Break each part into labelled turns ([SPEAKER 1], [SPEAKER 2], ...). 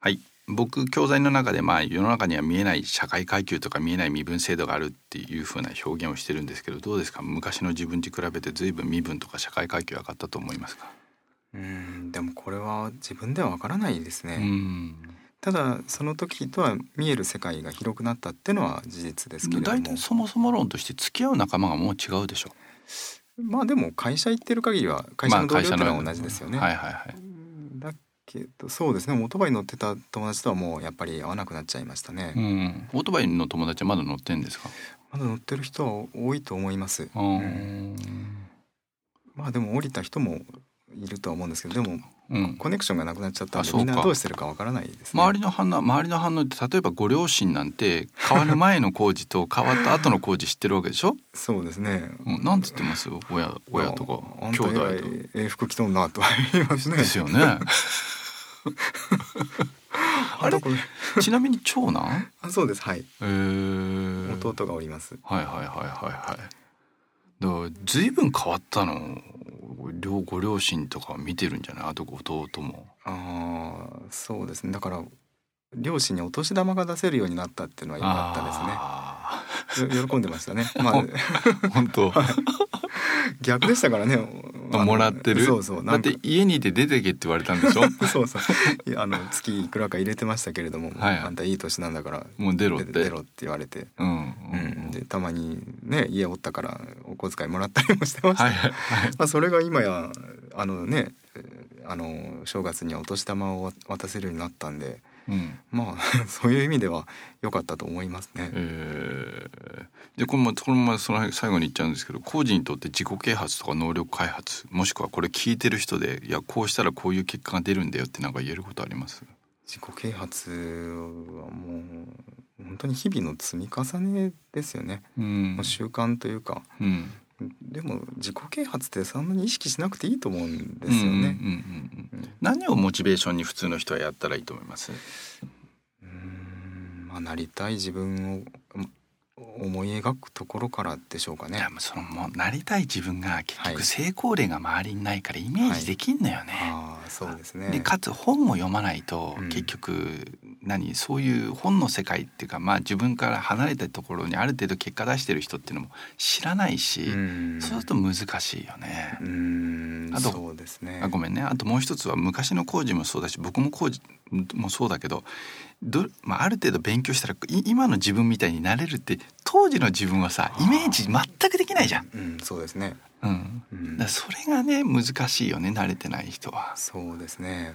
[SPEAKER 1] はい、僕教材の中で世の中には見えない社会階級とか見えない身分制度があるっていう風な表現をしてるんですけど、どうですか？昔の自分に比べて随分身分とか社会階級上がったと思いますか？
[SPEAKER 2] でもこれは自分ではわからないですね。
[SPEAKER 1] うん、
[SPEAKER 2] ただその時とは見える世界が広くなったっていうのは事実ですけれども、
[SPEAKER 1] 大体そもそも論として付き合う仲間がもう違うでしょ。
[SPEAKER 2] まあでも会社行ってる限りは会社の同僚っていうのは同じですよね。
[SPEAKER 1] はいはいはい。
[SPEAKER 2] だけどそうですね、オートバイに乗ってた友達とはもうやっぱり会わなくなっちゃいましたね。
[SPEAKER 1] オートバイの友達はまだ乗ってんですか？
[SPEAKER 2] まだ乗ってる人は多いと思います。まあでも降りた人もいるとは思うんですけど、でも、コネクションがなくなっちゃったんでみんなどうしてるかわからないですね。
[SPEAKER 1] 周りの反応って例えばご両親なんて変わる前の工事と変わった後の工事知ってるわけでしょ。
[SPEAKER 2] そうですね、
[SPEAKER 1] なんつってます？親とか兄弟と。
[SPEAKER 2] 英服着とんなとは言いますね。
[SPEAKER 1] ですよね。あれちなみに長男？
[SPEAKER 2] そうです、はい。弟がおります。
[SPEAKER 1] はいはいはいはいはい。だから随分変わったのご両親とか見てるんじゃない？あと弟も。
[SPEAKER 2] そうですね、だから両親にお年玉が出せるようになったっていうのは良かったですね。喜んでましたね。
[SPEAKER 1] 本当
[SPEAKER 2] 逆でしたからね。
[SPEAKER 1] もらってる。
[SPEAKER 2] そう
[SPEAKER 1] だって家にいて出てけって言われたんでしょ。
[SPEAKER 2] そう月いくらか入れてましたけれども、あんたいい年なんだから
[SPEAKER 1] もう出ろって
[SPEAKER 2] 言われて、でたまにね家おったからお小遣いもらったりもしてました。それが今や正月にはお年玉を渡せるようになったんで、そういう意味では良かったと思いますね。
[SPEAKER 1] でこのままその最後に言っちゃうんですけど、個人にとって自己啓発とか能力開発、もしくはこれ聞いてる人でいやこうしたらこういう結果が出るんだよってなんか言えることあります？
[SPEAKER 2] 自己啓発はもう本当に日々の積み重ねですよね。習慣というか、でも自己啓発ってそんなに意識しなくていいと思うんですよね。
[SPEAKER 1] 何をモチベーションに普通の人はやったらいいと思います？
[SPEAKER 2] なりたい自分を思い描くところからでしょうかね。
[SPEAKER 1] いやもうなりたい自分が結局成功例が周りにないからイメージできんのよね。
[SPEAKER 2] そうですね。
[SPEAKER 1] でかつ本も読まないと、結局そういう本の世界っていうか、自分から離れたところにある程度結果出してる人っていうのも知らないし、そうすると難しいよね。あと
[SPEAKER 2] そうですね。
[SPEAKER 1] ごめんね。あともう一つは昔の工事もそうだし僕も工事もそうだけど、ある程度勉強したら今の自分みたいになれるって当時の自分はさイメージ全くできないじゃん。
[SPEAKER 2] そうですね。
[SPEAKER 1] だそれがね難しいよね、慣れてない人は。
[SPEAKER 2] そうですね。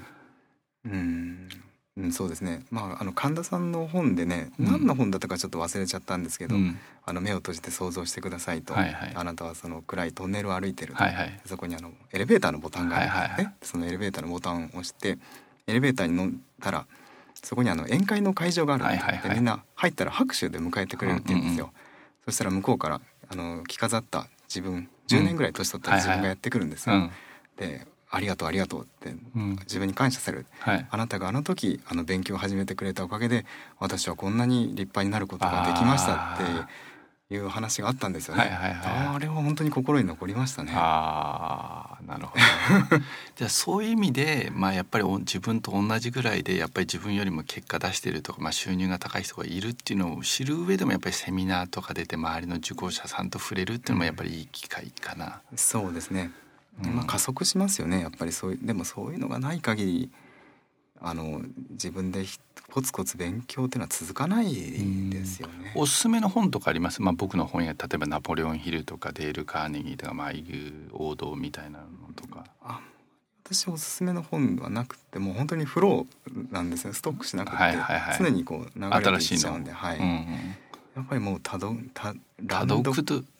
[SPEAKER 2] そうですね。神田さんの本でね、何の本だったかちょっと忘れちゃったんですけど、目を閉じて想像してくださいと、あなたはその暗いトンネルを歩いてると、そこにエレベーターのボタンがあるんですね。そのエレベーターのボタンを押してエレベーターに乗ったらそこに宴会の会場があるってみんな入ったら拍手で迎えてくれるって言うんですよ。そしたら向こうから着飾った自分、10年ぐらい年取った自分がやってくるんですよ。でありがとうありがとうって自分に感謝される、あなたがあの時勉強を始めてくれたおかげで私はこんなに立派になることができましたっていう話があったんですよね。あれは本当に心に残りましたね。
[SPEAKER 1] なるほど。じゃあそういう意味で、やっぱり自分と同じぐらいでやっぱり自分よりも結果出してるとか、収入が高い人がいるっていうのを知る上でもやっぱりセミナーとか出て周りの受講者さんと触れるっていうのもやっぱりいい機会かな。
[SPEAKER 2] そうですね。加速しますよねやっぱり。でもそういうのがない限り自分でコツコツ勉強っていうのは続かないですよね。
[SPEAKER 1] おすすめの本とかあります？僕の本や例えばナポレオンヒルとかデール・カーネギーとかいう王道みたいなのとか。
[SPEAKER 2] 私おすすめの本はなくて、もう本当にフローなんですね。ストックしなくて、常にこう流れていっちゃうんで、やっぱりもう乱読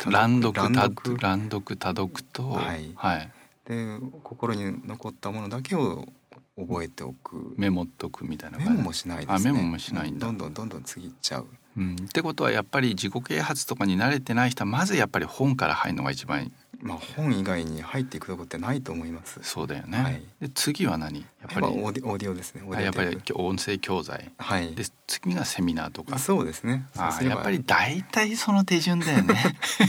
[SPEAKER 2] と、で心に残ったものだけを覚えておく。
[SPEAKER 1] メモっとくみたいな。
[SPEAKER 2] メモもしないですね。
[SPEAKER 1] メモもしないんだ。
[SPEAKER 2] どんどん次いっちゃう。
[SPEAKER 1] ってことはやっぱり自己啓発とかに慣れてない人はまずやっぱり本から入るのが一番いい。
[SPEAKER 2] 本以外に入っていくとこってないと思います。
[SPEAKER 1] そうだよね。で次は何？やっぱり
[SPEAKER 2] オーディオですね。
[SPEAKER 1] やっぱり音声教材。で次がセミナーとか。
[SPEAKER 2] そうですね。
[SPEAKER 1] やっぱり大体その手順だよね。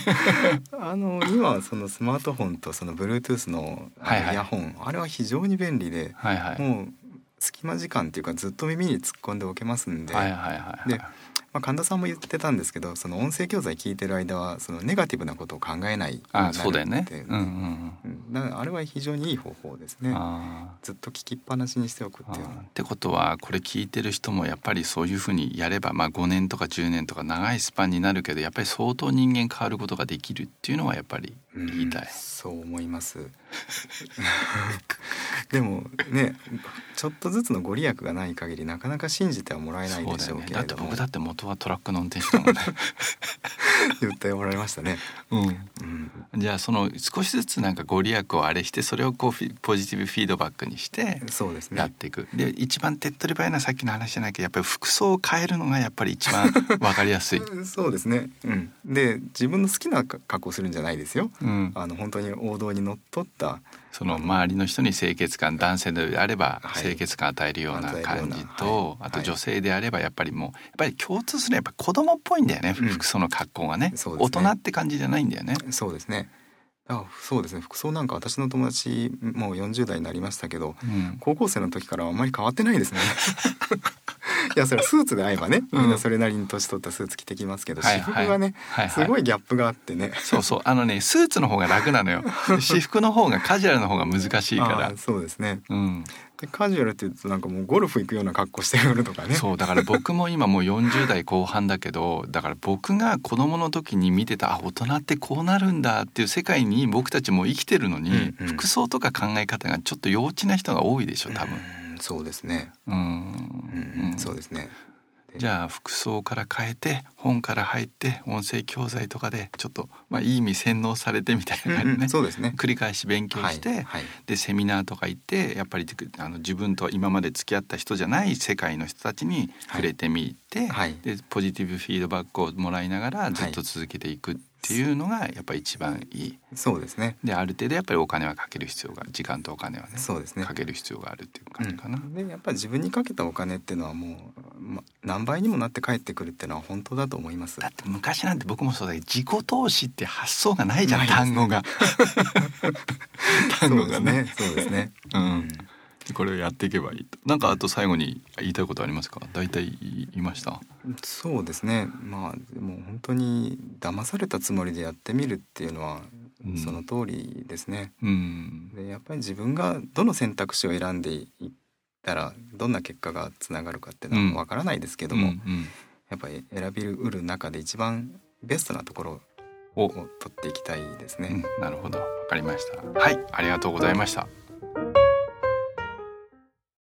[SPEAKER 2] 今そのスマートフォンとその Bluetooth のイヤホン、あれは非常に便利で、もう隙間時間っていうかずっと耳に突っ込んでおけますんで、で、神田さんも言ってたんですけど、その音声教材聞いてる間はそのネガティブなことを考えないようになるって。
[SPEAKER 1] そうだよね。
[SPEAKER 2] だからあれは非常にいい方法ですね。ずっと聞きっぱなしにしておくっていうのは。
[SPEAKER 1] ってことはこれ聞いてる人もやっぱりそういうふうにやれば、5年とか10年とか長いスパンになるけど、やっぱり相当人間変わることができるっていうのはやっぱり言いたい。
[SPEAKER 2] そう思いますでもね、ちょっとずつのご利益がない限りなかなか信じてはもらえないでしょうけれども。
[SPEAKER 1] だって僕だって元はトラックの運転手だもんね
[SPEAKER 2] 言っておられましたね。
[SPEAKER 1] じゃあその少しずつなんかご利益をあれして、それをこうポジティブフィードバックにしてやっていく。で一番手っ取り早いのはさっきの話じゃないけど、やっぱり服装を変えるのがやっぱり一番分かりやすい
[SPEAKER 2] そうですね、で自分の好きな格好するんじゃないですよ、本当に王道にのっとった
[SPEAKER 1] その周りの人に清潔感、男性であれば清潔感を与えるような感じと、あと女性であればやっぱりもうやっぱり共通するやっぱ子供っぽいんだよね、服装の格好がね。大人って感じじゃないんだよね。
[SPEAKER 2] そうですね。そうですね、服装なんか私の友達もう40代になりましたけど、高校生の時からあんまり変わってないですねいやそれはスーツで会えばね、みんなそれなりに年取ったスーツ着てきますけど、私服がね、すごいギャップがあってね。
[SPEAKER 1] そうスーツの方が楽なのよ私服の方がカジュアルの方が難しいから。
[SPEAKER 2] そうですね、でカジュアルって言うとなんかもうゴルフ行くような格好してくるとかね。
[SPEAKER 1] そうだから僕も今もう40代後半だけど、だから僕が子供の時に見てた大人ってこうなるんだっていう世界に僕たちも生きてるのに、服装とか考え方がちょっと幼稚な人が多いでしょ多分。
[SPEAKER 2] そうですね。そうですね。
[SPEAKER 1] じゃあ服装から変えて本から入って音声教材とかでちょっといい意味洗脳されてみたいな感じね、
[SPEAKER 2] そうですね。
[SPEAKER 1] 繰り返し勉強して、でセミナーとか行ってやっぱり自分と今まで付き合った人じゃない世界の人たちに触れてみて、でポジティブフィードバックをもらいながらずっと続けていくっていうのがやっぱり一番いい。
[SPEAKER 2] そうですね。
[SPEAKER 1] である程度やっぱりお金はかける必要が、時間とお金はね、
[SPEAKER 2] そうですね、
[SPEAKER 1] かける必要があるっていう感じかな。
[SPEAKER 2] でやっぱり自分にかけたお金っていうのはもう、何倍にもなって帰ってくるっていうのは本当だと思います。
[SPEAKER 1] だって昔なんて僕もそうだけど自己投資って発想がないじゃん、単語が単語がね。そうですね。これをやっていけばいいと。なんかあと最後に言いたいことありますか？大体言いました。
[SPEAKER 2] そうですね。でも本当に騙されたつもりでやってみるっていうのはその通りですね。でやっぱり自分がどの選択肢を選んでいったらどんな結果がつながるかっていうのはわからないですけども、やっぱり選びうる中で一番ベストなところを取っていきたいですね。
[SPEAKER 1] なるほど、わかりました。はい、ありがとうございました。